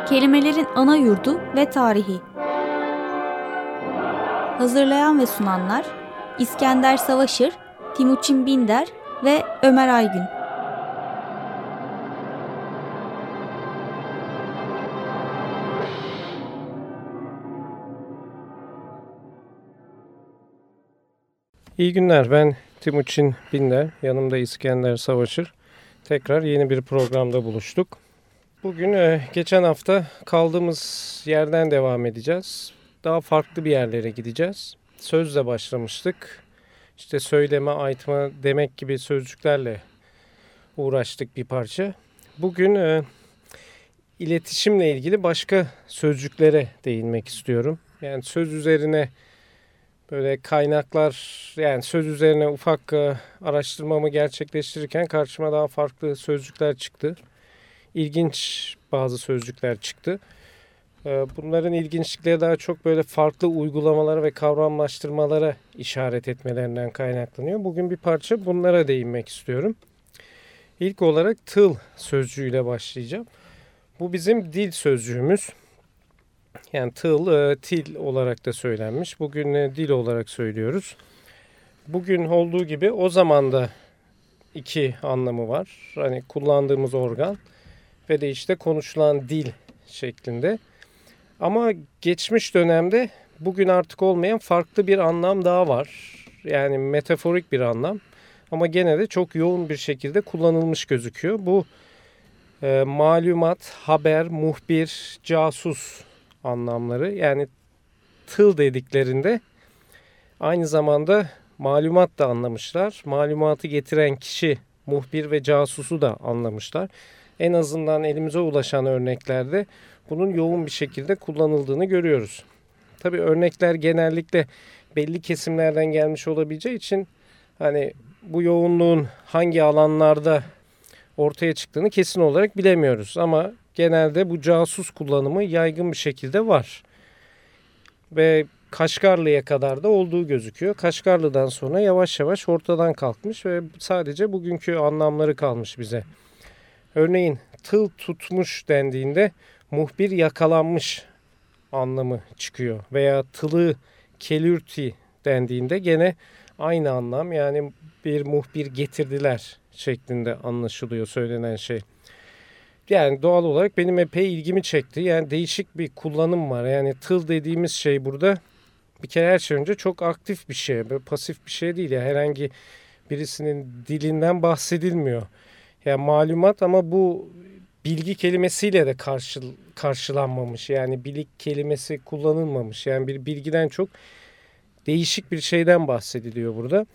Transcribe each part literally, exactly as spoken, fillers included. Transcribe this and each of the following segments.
Kelimelerin ana yurdu ve tarihi. Hazırlayan ve sunanlar İskender Savaşır, Timuçin Binder ve Ömer Aygün. İyi günler, ben Timuçin Binder, yanımda İskender Savaşır. Tekrar yeni bir programda buluştuk. Bugün e, geçen hafta kaldığımız yerden devam edeceğiz. Daha farklı bir yerlere gideceğiz. Sözle başlamıştık. İşte söyleme, aytma, demek gibi sözcüklerle uğraştık bir parça. Bugün e, iletişimle ilgili başka sözcüklere değinmek istiyorum. Yani söz üzerine böyle kaynaklar, yani söz üzerine ufak e, araştırmamı gerçekleştirirken karşıma daha farklı sözcükler çıktı. İlginç bazı sözcükler çıktı. E, bunların ilginçlikleri daha çok böyle farklı uygulamalara ve kavramlaştırmalara işaret etmelerinden kaynaklanıyor. Bugün bir parça bunlara değinmek istiyorum. İlk olarak tıl sözcüğüyle başlayacağım. Bu bizim dil sözcüğümüz. Yani tıl, e, til olarak da söylenmiş. Bugün e, dil olarak söylüyoruz. Bugün olduğu gibi o zaman da iki anlamı var. Hani kullandığımız organ ve de işte konuşulan dil şeklinde. Ama geçmiş dönemde bugün artık olmayan farklı bir anlam daha var. Yani metaforik bir anlam. Ama gene de çok yoğun bir şekilde kullanılmış gözüküyor. Bu e, malumat, haber, muhbir, casus anlamları. Yani tıl dediklerinde aynı zamanda malumat da anlamışlar. Malumatı getiren kişi, muhbir ve casusu da anlamışlar. En azından elimize ulaşan örneklerde bunun yoğun bir şekilde kullanıldığını görüyoruz. Tabii örnekler genellikle belli kesimlerden gelmiş olabileceği için hani bu yoğunluğun hangi alanlarda ortaya çıktığını kesin olarak bilemiyoruz. Ama genelde bu casus kullanımı yaygın bir şekilde var. Ve Kaşgarlı'ya kadar da olduğu gözüküyor. Kaşgarlı'dan sonra yavaş yavaş ortadan kalkmış ve sadece bugünkü anlamları kalmış bize. Örneğin tıl tutmuş dendiğinde muhbir yakalanmış anlamı çıkıyor. Veya tılı kelürti dendiğinde gene aynı anlam, yani bir muhbir getirdiler şeklinde anlaşılıyor söylenen şey. Yani doğal olarak benim epey ilgimi çekti. Yani değişik bir kullanım var. Yani tıl dediğimiz şey burada bir kere her şey önce çok aktif bir şey. Böyle pasif bir şey değil. Yani herhangi birisinin dilinden bahsedilmiyor. Yani malumat, ama bu bilgi kelimesiyle de karşı, karşılanmamış. Yani bilik kelimesi kullanılmamış. Yani bir bilgiden çok değişik bir şeyden bahsediliyor burada.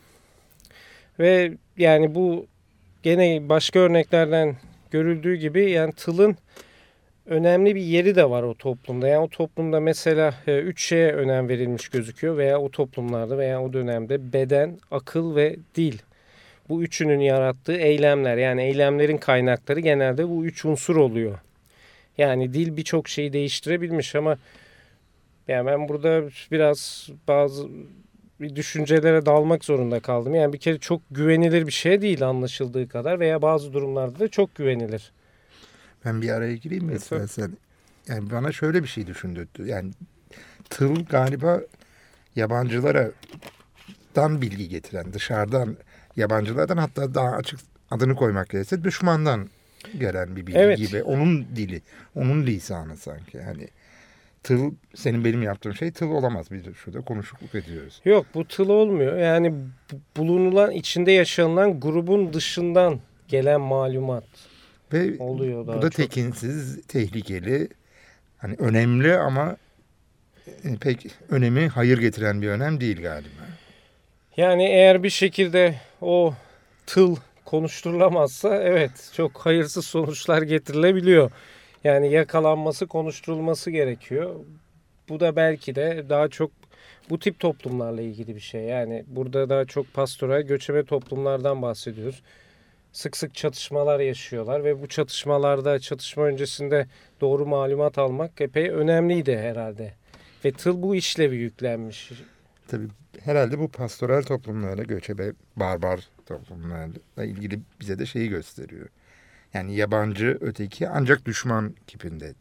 Ve yani bu gene başka örneklerden görüldüğü gibi yani tılın önemli bir yeri de var o toplumda. Yani o toplumda mesela e, üç şeye önem verilmiş gözüküyor veya o toplumlarda veya o dönemde beden, akıl ve dil. Bu üçünün yarattığı eylemler, yani eylemlerin kaynakları genelde bu üç unsur oluyor. Yani dil birçok şeyi değiştirebilmiş ama yani ben burada biraz bazı bir düşüncelere dalmak zorunda kaldım. Yani bir kere çok güvenilir bir şey değil anlaşıldığı kadar veya bazı durumlarda da çok güvenilir. Ben bir araya gireyim mi istersen? Yani bana şöyle bir şey düşündürttü. Yani tıl galiba yabancılara dan bilgi getiren, dışarıdan yabancılardan, hatta daha açık adını koymak gerekirse düşmandan gelen bir bilgi evet. gibi. Onun dili, onun lisanı sanki. Yani tıl, senin benim yaptığım şey tıl olamaz. Biz şurada konuşukluk ediyoruz. Yok, bu tıl olmuyor. Yani bulunulan, içinde yaşanılan grubun dışından gelen malumat ve oluyor daha bu da çok. tekinsiz, tehlikeli, hani önemli ama pek önemi hayır getiren bir önem değil galiba. Yani eğer bir şekilde o tıl konuşturulamazsa evet çok hayırsız sonuçlar getirilebiliyor. Yani yakalanması, konuşturulması gerekiyor. Bu da belki de daha çok bu tip toplumlarla ilgili bir şey. Yani burada daha çok pastoral, göçebe toplumlardan bahsediyoruz. Sık sık çatışmalar yaşıyorlar ve bu çatışmalarda, çatışma öncesinde doğru malumat almak epey önemliydi herhalde. Ve tıl bu işlevi yüklenmiş. Tabii herhalde bu pastoral toplumlarla, göçebe, barbar toplumlarla ilgili bize de şeyi gösteriyor. Yani yabancı, öteki, ancak düşman tipinde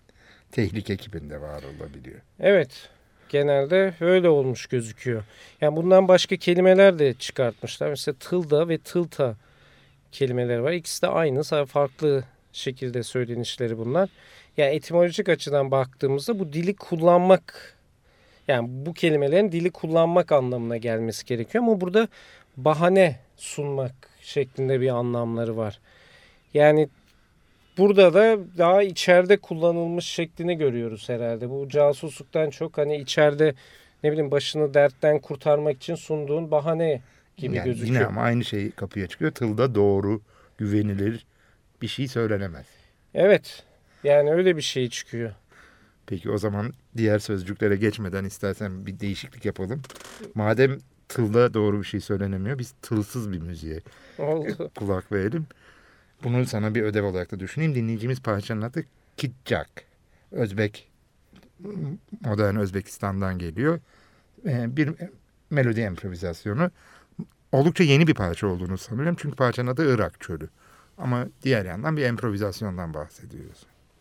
tehlike ekibinde var olabiliyor. Evet. Genelde öyle olmuş gözüküyor. Yani bundan başka kelimeler de çıkartmışlar. Mesela tılda ve tılta kelimeleri var. İkisi de aynı. Sadece farklı şekilde söylenişleri bunlar. Yani etimolojik açıdan baktığımızda bu dili kullanmak, yani bu kelimelerin dili kullanmak anlamına gelmesi gerekiyor. Ama burada bahane sunmak şeklinde bir anlamları var. Yani burada da daha içeride kullanılmış şeklini görüyoruz herhalde. Bu casusluktan çok hani içeride ne bileyim başını dertten kurtarmak için sunduğun bahane gibi yani gözüküyor. Yine ama aynı şey kapıya çıkıyor. Tılda doğru, güvenilir bir şey söylenemez. Evet. Yani öyle bir şey çıkıyor. Peki o zaman diğer sözcüklere geçmeden istersen bir değişiklik yapalım. Madem tılda doğru bir şey söylenemiyor, biz tılsız bir müziğe Oldu. kulak verelim. Bunu sana bir ödev olarak da düşüneyim. Dinleyeceğimiz parçanın adı Kitcak. Özbek, modern Özbekistan'dan geliyor. Bir melodi improvizasyonu. Oldukça yeni bir parça olduğunu sanıyorum. Çünkü parçanın adı Irak Çölü. Ama diğer yandan bir improvizasyondan bahsediyoruz.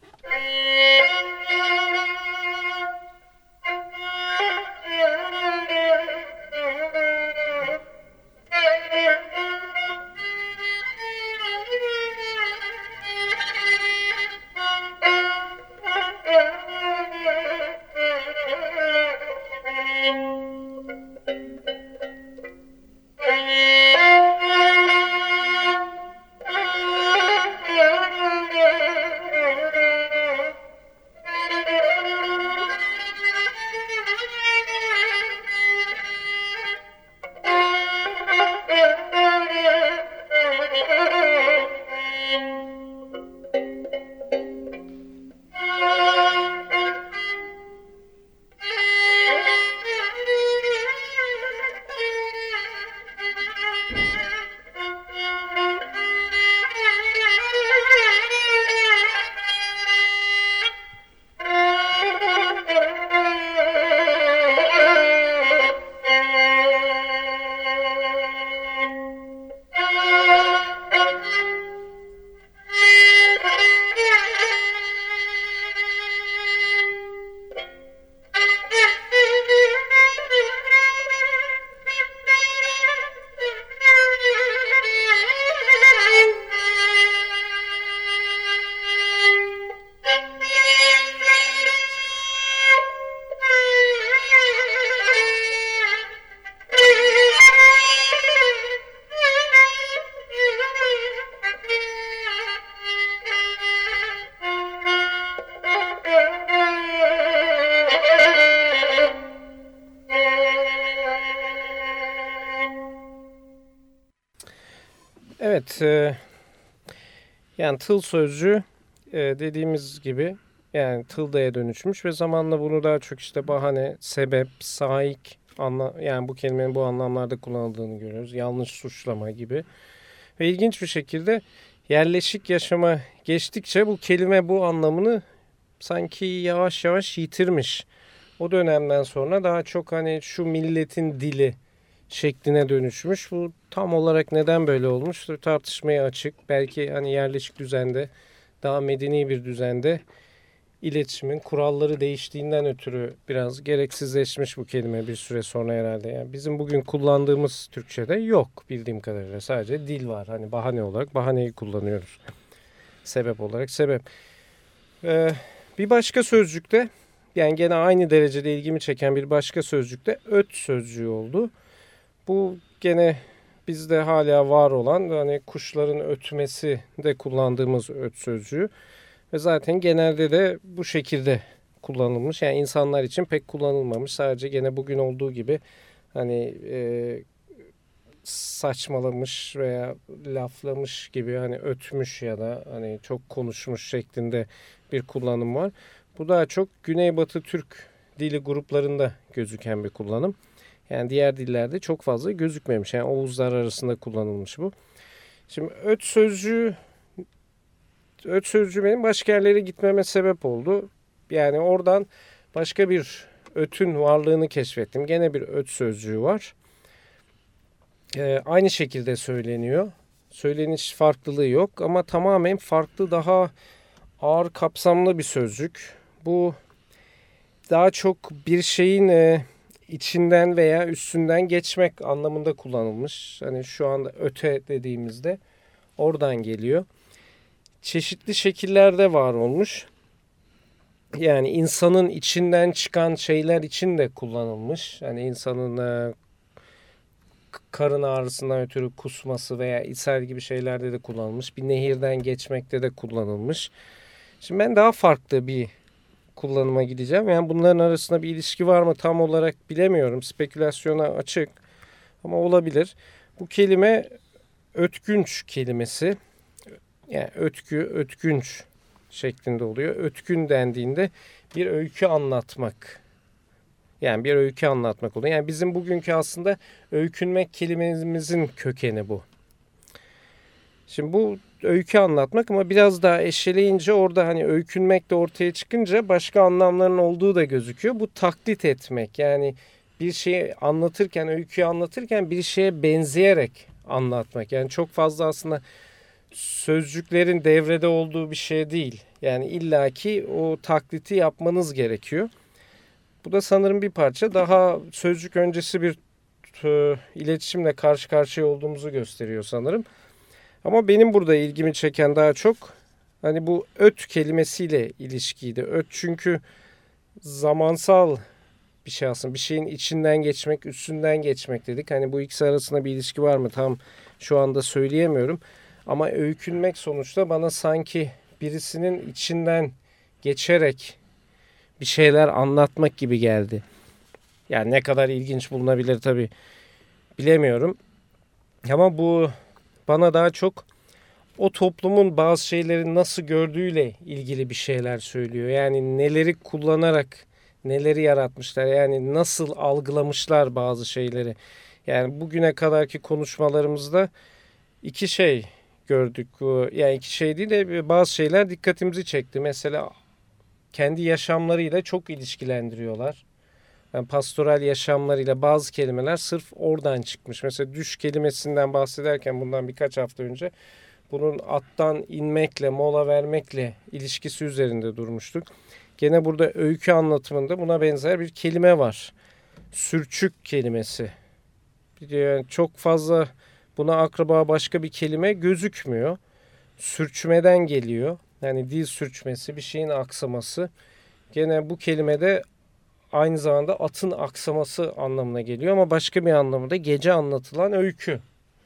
Evet, e, yani tıl sözcüğü e, dediğimiz gibi yani tıldaya dönüşmüş ve zamanla bunu daha çok işte bahane, sebep, sahik anla, yani bu kelimenin bu anlamlarda kullanıldığını görüyoruz. Yanlış suçlama gibi. Ve ilginç bir şekilde yerleşik yaşama geçtikçe bu kelime bu anlamını sanki yavaş yavaş yitirmiş. O dönemden sonra daha çok hani şu milletin dili şekline dönüşmüş. Bu tam olarak neden böyle olmuş tartışmaya açık. Belki hani yerleşik düzende, daha medeni bir düzende iletişimin kuralları değiştiğinden ötürü biraz gereksizleşmiş bu kelime bir süre sonra herhalde. Yani bizim bugün kullandığımız Türkçe'de yok bildiğim kadarıyla. Sadece dil var. Hani bahane olarak bahaneyi kullanıyoruz. Sebep olarak sebep. Ee, bir başka sözcükte, yani gene aynı derecede ilgimi çeken bir başka sözcükte öt sözcüğü oldu. Bu gene bizde hala var olan hani kuşların ötmesi de kullandığımız öt sözcüğü. Ve zaten genelde de bu şekilde kullanılmış. Yani insanlar için pek kullanılmamış. Sadece gene bugün olduğu gibi hani e, saçmalamış veya laflamış gibi hani ötmüş ya da hani çok konuşmuş şeklinde bir kullanım var. Bu daha çok Güneybatı Türk dili gruplarında gözüken bir kullanım. Yani diğer dillerde çok fazla gözükmemiş. Yani Oğuzlar arasında kullanılmış bu. Şimdi öt sözcüğü öt sözcüğü benim başka yerlere gitmeme sebep oldu. Yani oradan başka bir ötün varlığını keşfettim. Gene bir öt sözcüğü var. Ee, aynı şekilde söyleniyor. Söyleniş farklılığı yok ama tamamen farklı, daha ağır kapsamlı bir sözcük. Bu daha çok bir şeyin e, içinden veya üstünden geçmek anlamında kullanılmış. Hani şu anda öte dediğimizde oradan geliyor. Çeşitli şekillerde var olmuş. Yani insanın içinden çıkan şeyler için de kullanılmış. Hani insanın e, karın ağrısından ötürü kusması veya ishal gibi şeylerde de kullanılmış. Bir nehirden geçmekte de kullanılmış. Şimdi ben daha farklı bir kullanıma gideceğim. Yani bunların arasında bir ilişki var mı tam olarak bilemiyorum. Spekülasyona açık ama olabilir. Bu kelime ötkünç kelimesi. Yani ötkü, ötkünç şeklinde oluyor. Ötkün dendiğinde bir öykü anlatmak. Yani bir öykü anlatmak oluyor. Yani bizim bugünkü aslında öykünmek kelimemizin kökeni bu. Şimdi bu öykü anlatmak ama biraz daha eşeleyince orada hani öykünmek de ortaya çıkınca başka anlamların olduğu da gözüküyor. Bu taklit etmek, yani bir şeyi anlatırken, öyküyü anlatırken bir şeye benzeyerek anlatmak. Yani çok fazla aslında sözcüklerin devrede olduğu bir şey değil. Yani illaki o taklidi yapmanız gerekiyor. Bu da sanırım bir parça daha sözcük öncesi bir e, iletişimle karşı karşıya olduğumuzu gösteriyor sanırım. Ama benim burada ilgimi çeken daha çok hani bu öt kelimesiyle ilişkiydi. Öt çünkü zamansal bir şey aslında. Bir şeyin içinden geçmek, üstünden geçmek dedik. Hani bu ikisi arasında bir ilişki var mı tam şu anda söyleyemiyorum. Ama öykünmek sonuçta bana sanki birisinin içinden geçerek bir şeyler anlatmak gibi geldi. Yani ne kadar ilginç bulunabilir tabii bilemiyorum. Ama bu bana daha çok o toplumun bazı şeyleri nasıl gördüğüyle ilgili bir şeyler söylüyor. Yani neleri kullanarak neleri yaratmışlar. Yani nasıl algılamışlar bazı şeyleri. Yani bugüne kadarki konuşmalarımızda iki şey gördük. Yani iki şey değil de bazı şeyler dikkatimizi çekti. Mesela kendi yaşamlarıyla çok ilişkilendiriyorlar. Yani pastoral yaşamlarıyla bazı kelimeler sırf oradan çıkmış. Mesela düş kelimesinden bahsederken bundan birkaç hafta önce bunun attan inmekle, mola vermekle ilişkisi üzerinde durmuştuk. Gene burada öykü anlatımında buna benzer bir kelime var. Sürçük kelimesi. Yani çok fazla buna akraba başka bir kelime gözükmüyor. Sürçmeden geliyor. Yani dil sürçmesi, bir şeyin aksaması. Gene bu kelimede aynı zamanda atın aksaması anlamına geliyor ama başka bir anlamda gece anlatılan öykü.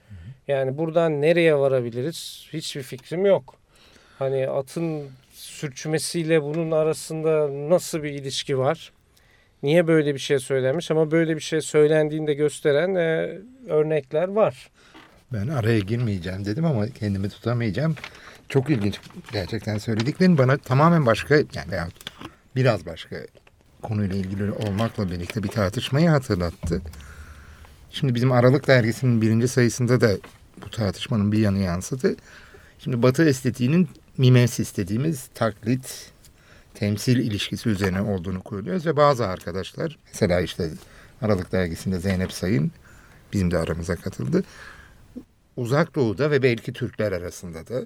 Yani buradan nereye varabiliriz? Hiçbir fikrim yok. Hani atın sürçmesiyle bunun arasında nasıl bir ilişki var? Niye böyle bir şey söylenmiş? Ama böyle bir şey söylendiğinde gösteren e, örnekler var. Ben araya girmeyeceğim dedim ama kendimi tutamayacağım. Çok ilginç gerçekten söylediklerin bana tamamen başka yani veya biraz başka konuyla ilgili olmakla birlikte bir tartışmayı hatırlattı. Şimdi bizim Aralık dergisinin birinci sayısında da bu tartışmanın bir yanı yansıdı. Şimdi Batı estetiğinin mimesis dediğimiz taklit, temsil ilişkisi üzerine olduğunu koyuyoruz ve bazı arkadaşlar mesela işte Aralık dergisinde Zeynep Sayın bizim de aramıza katıldı. Uzak Doğu'da ve belki Türkler arasında da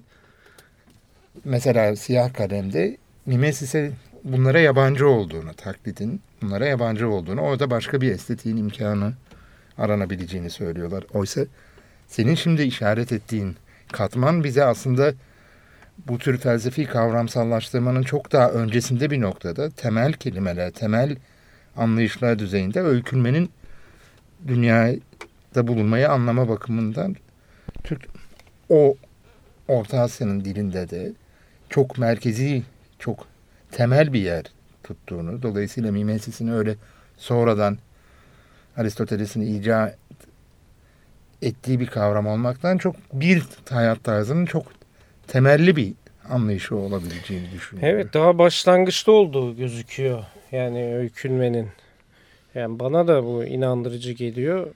mesela Siyah Kalem'de mimesis'e bunlara yabancı olduğunu, taklitin bunlara yabancı olduğunu, orada başka bir estetiğin imkanı aranabileceğini söylüyorlar. Oysa senin şimdi işaret ettiğin katman bize aslında bu tür felsefi kavramsallaştırmanın çok daha öncesinde bir noktada temel kelimeler, temel anlayışlar düzeyinde öykünmenin dünyada bulunmayı anlama bakımından Türk o Orta Asya'nın dilinde de çok merkezi, çok temel bir yer tuttuğunu, dolayısıyla mimesisini öyle sonradan Aristoteles'in icat ettiği bir kavram olmaktan çok bir hayat tarzının çok temelli bir anlayışı olabileceğini düşünüyorum. Evet, daha başlangıçta olduğu gözüküyor. Yani öykünmenin. Yani bana da bu inandırıcı geliyor.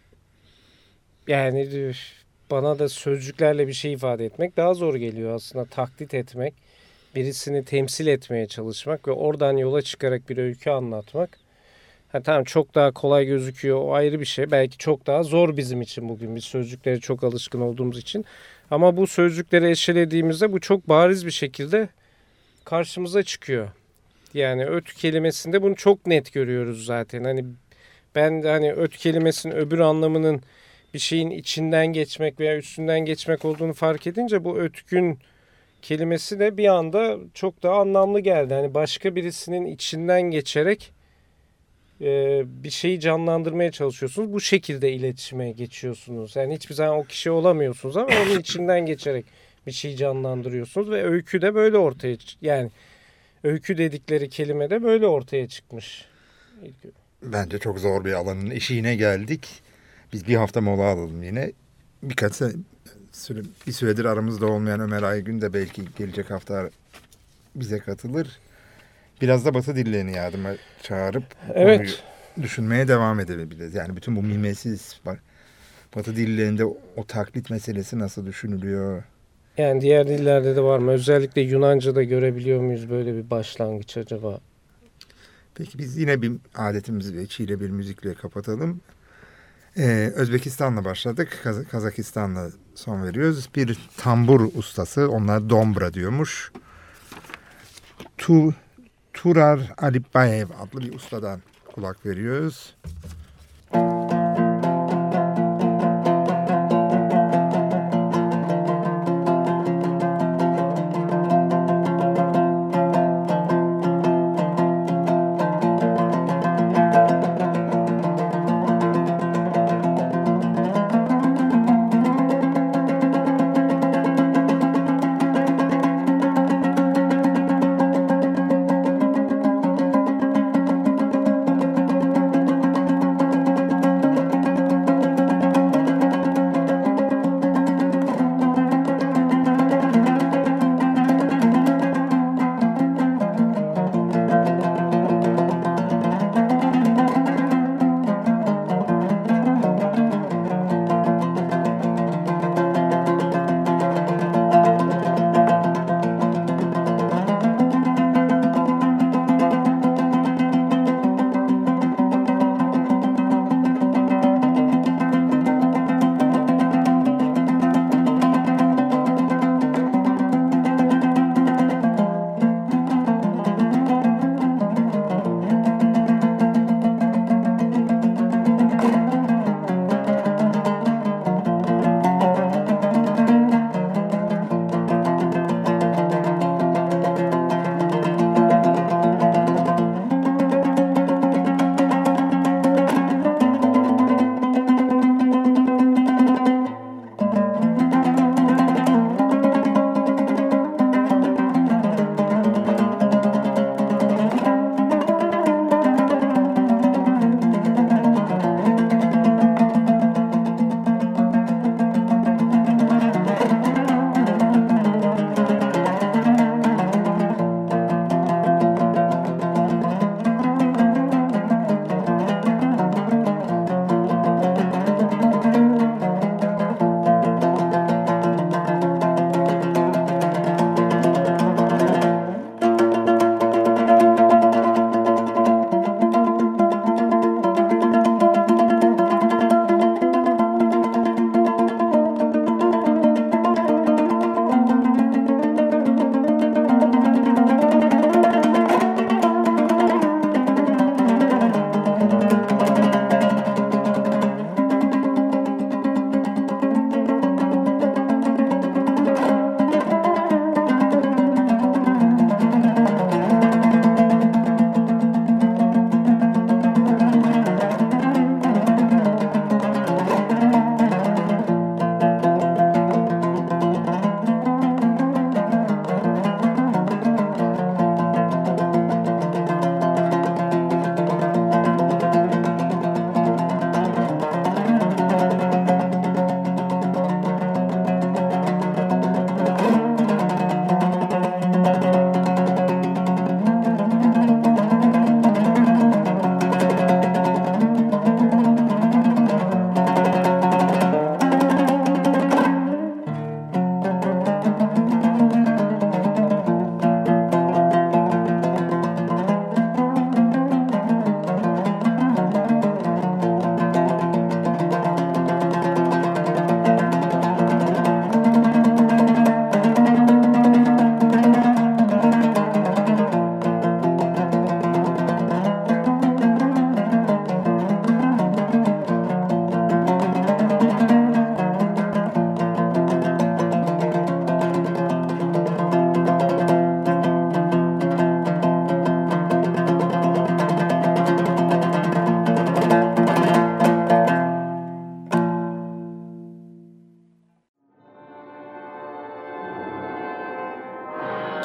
Yani bana da sözcüklerle bir şey ifade etmek daha zor geliyor aslında. Taklit etmek, birisini temsil etmeye çalışmak ve oradan yola çıkarak bir öykü anlatmak. Ha, tamam, çok daha kolay gözüküyor, o ayrı bir şey. Belki çok daha zor bizim için bugün. Biz sözcüklere çok alışkın olduğumuz için. Ama bu sözcükleri eşelediğimizde bu çok bariz bir şekilde karşımıza çıkıyor. Yani öt kelimesinde bunu çok net görüyoruz zaten. Hani ben de hani öt kelimesinin öbür anlamının bir şeyin içinden geçmek veya üstünden geçmek olduğunu fark edince bu ötkün kelimesi de bir anda çok daha anlamlı geldi. Hani başka birisinin içinden geçerek e, bir şeyi canlandırmaya çalışıyorsunuz. Bu şekilde iletişime geçiyorsunuz. Yani hiçbir zaman o kişi olamıyorsunuz ama onun içinden geçerek bir şeyi canlandırıyorsunuz ve öykü de böyle ortaya yani öykü dedikleri kelime de böyle ortaya çıkmış. Bence çok zor bir alanın eşiğine geldik. Biz bir hafta mola alalım yine. Birkaç süre, bir süredir aramızda olmayan Ömer Aygün de belki gelecek hafta bize katılır. Biraz da Batı dillerini yardıma çağırıp evet. düşünmeye devam edebiliriz. Yani bütün bu mimesiz Batı dillerinde o, o taklit meselesi nasıl düşünülüyor? Yani diğer dillerde de var mı? Özellikle Yunanca'da görebiliyor muyuz böyle bir başlangıç acaba? Peki biz yine bir adetimiz ve içiyle bir müzikle kapatalım. Ee, Özbekistan'la başladık. Kaz- Kazakistan'la son veriyoruz. Bir tambur ustası, onlar dombra diyormuş. Tu, Turar Alibayev adlı bir ustadan kulak veriyoruz.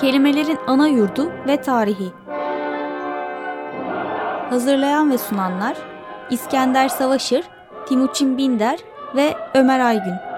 Kelimelerin ana yurdu ve tarihi. Hazırlayan ve sunanlar İskender Savaşır, Timuçin Binder ve Ömer Aygün.